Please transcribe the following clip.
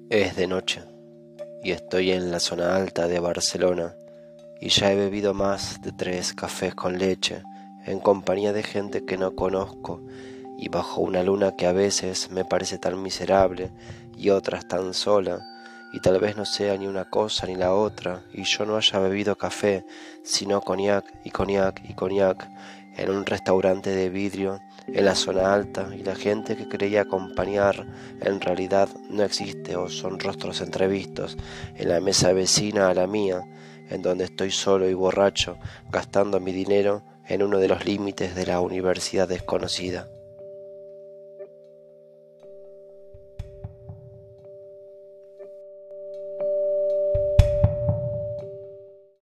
Es de noche y estoy en la zona alta de Barcelona y ya he bebido más de 3 cafés con leche en compañía de gente que no conozco y bajo una luna que a veces me parece tan miserable y otras tan sola, y tal vez no sea ni una cosa ni la otra y yo no haya bebido café sino coñac y coñac y coñac en un restaurante de vidrio en la zona alta, y la gente que creía acompañar en realidad no existe o son rostros entrevistos en la mesa vecina a la mía, en donde estoy solo y borracho gastando mi dinero en uno de los límites de la universidad desconocida.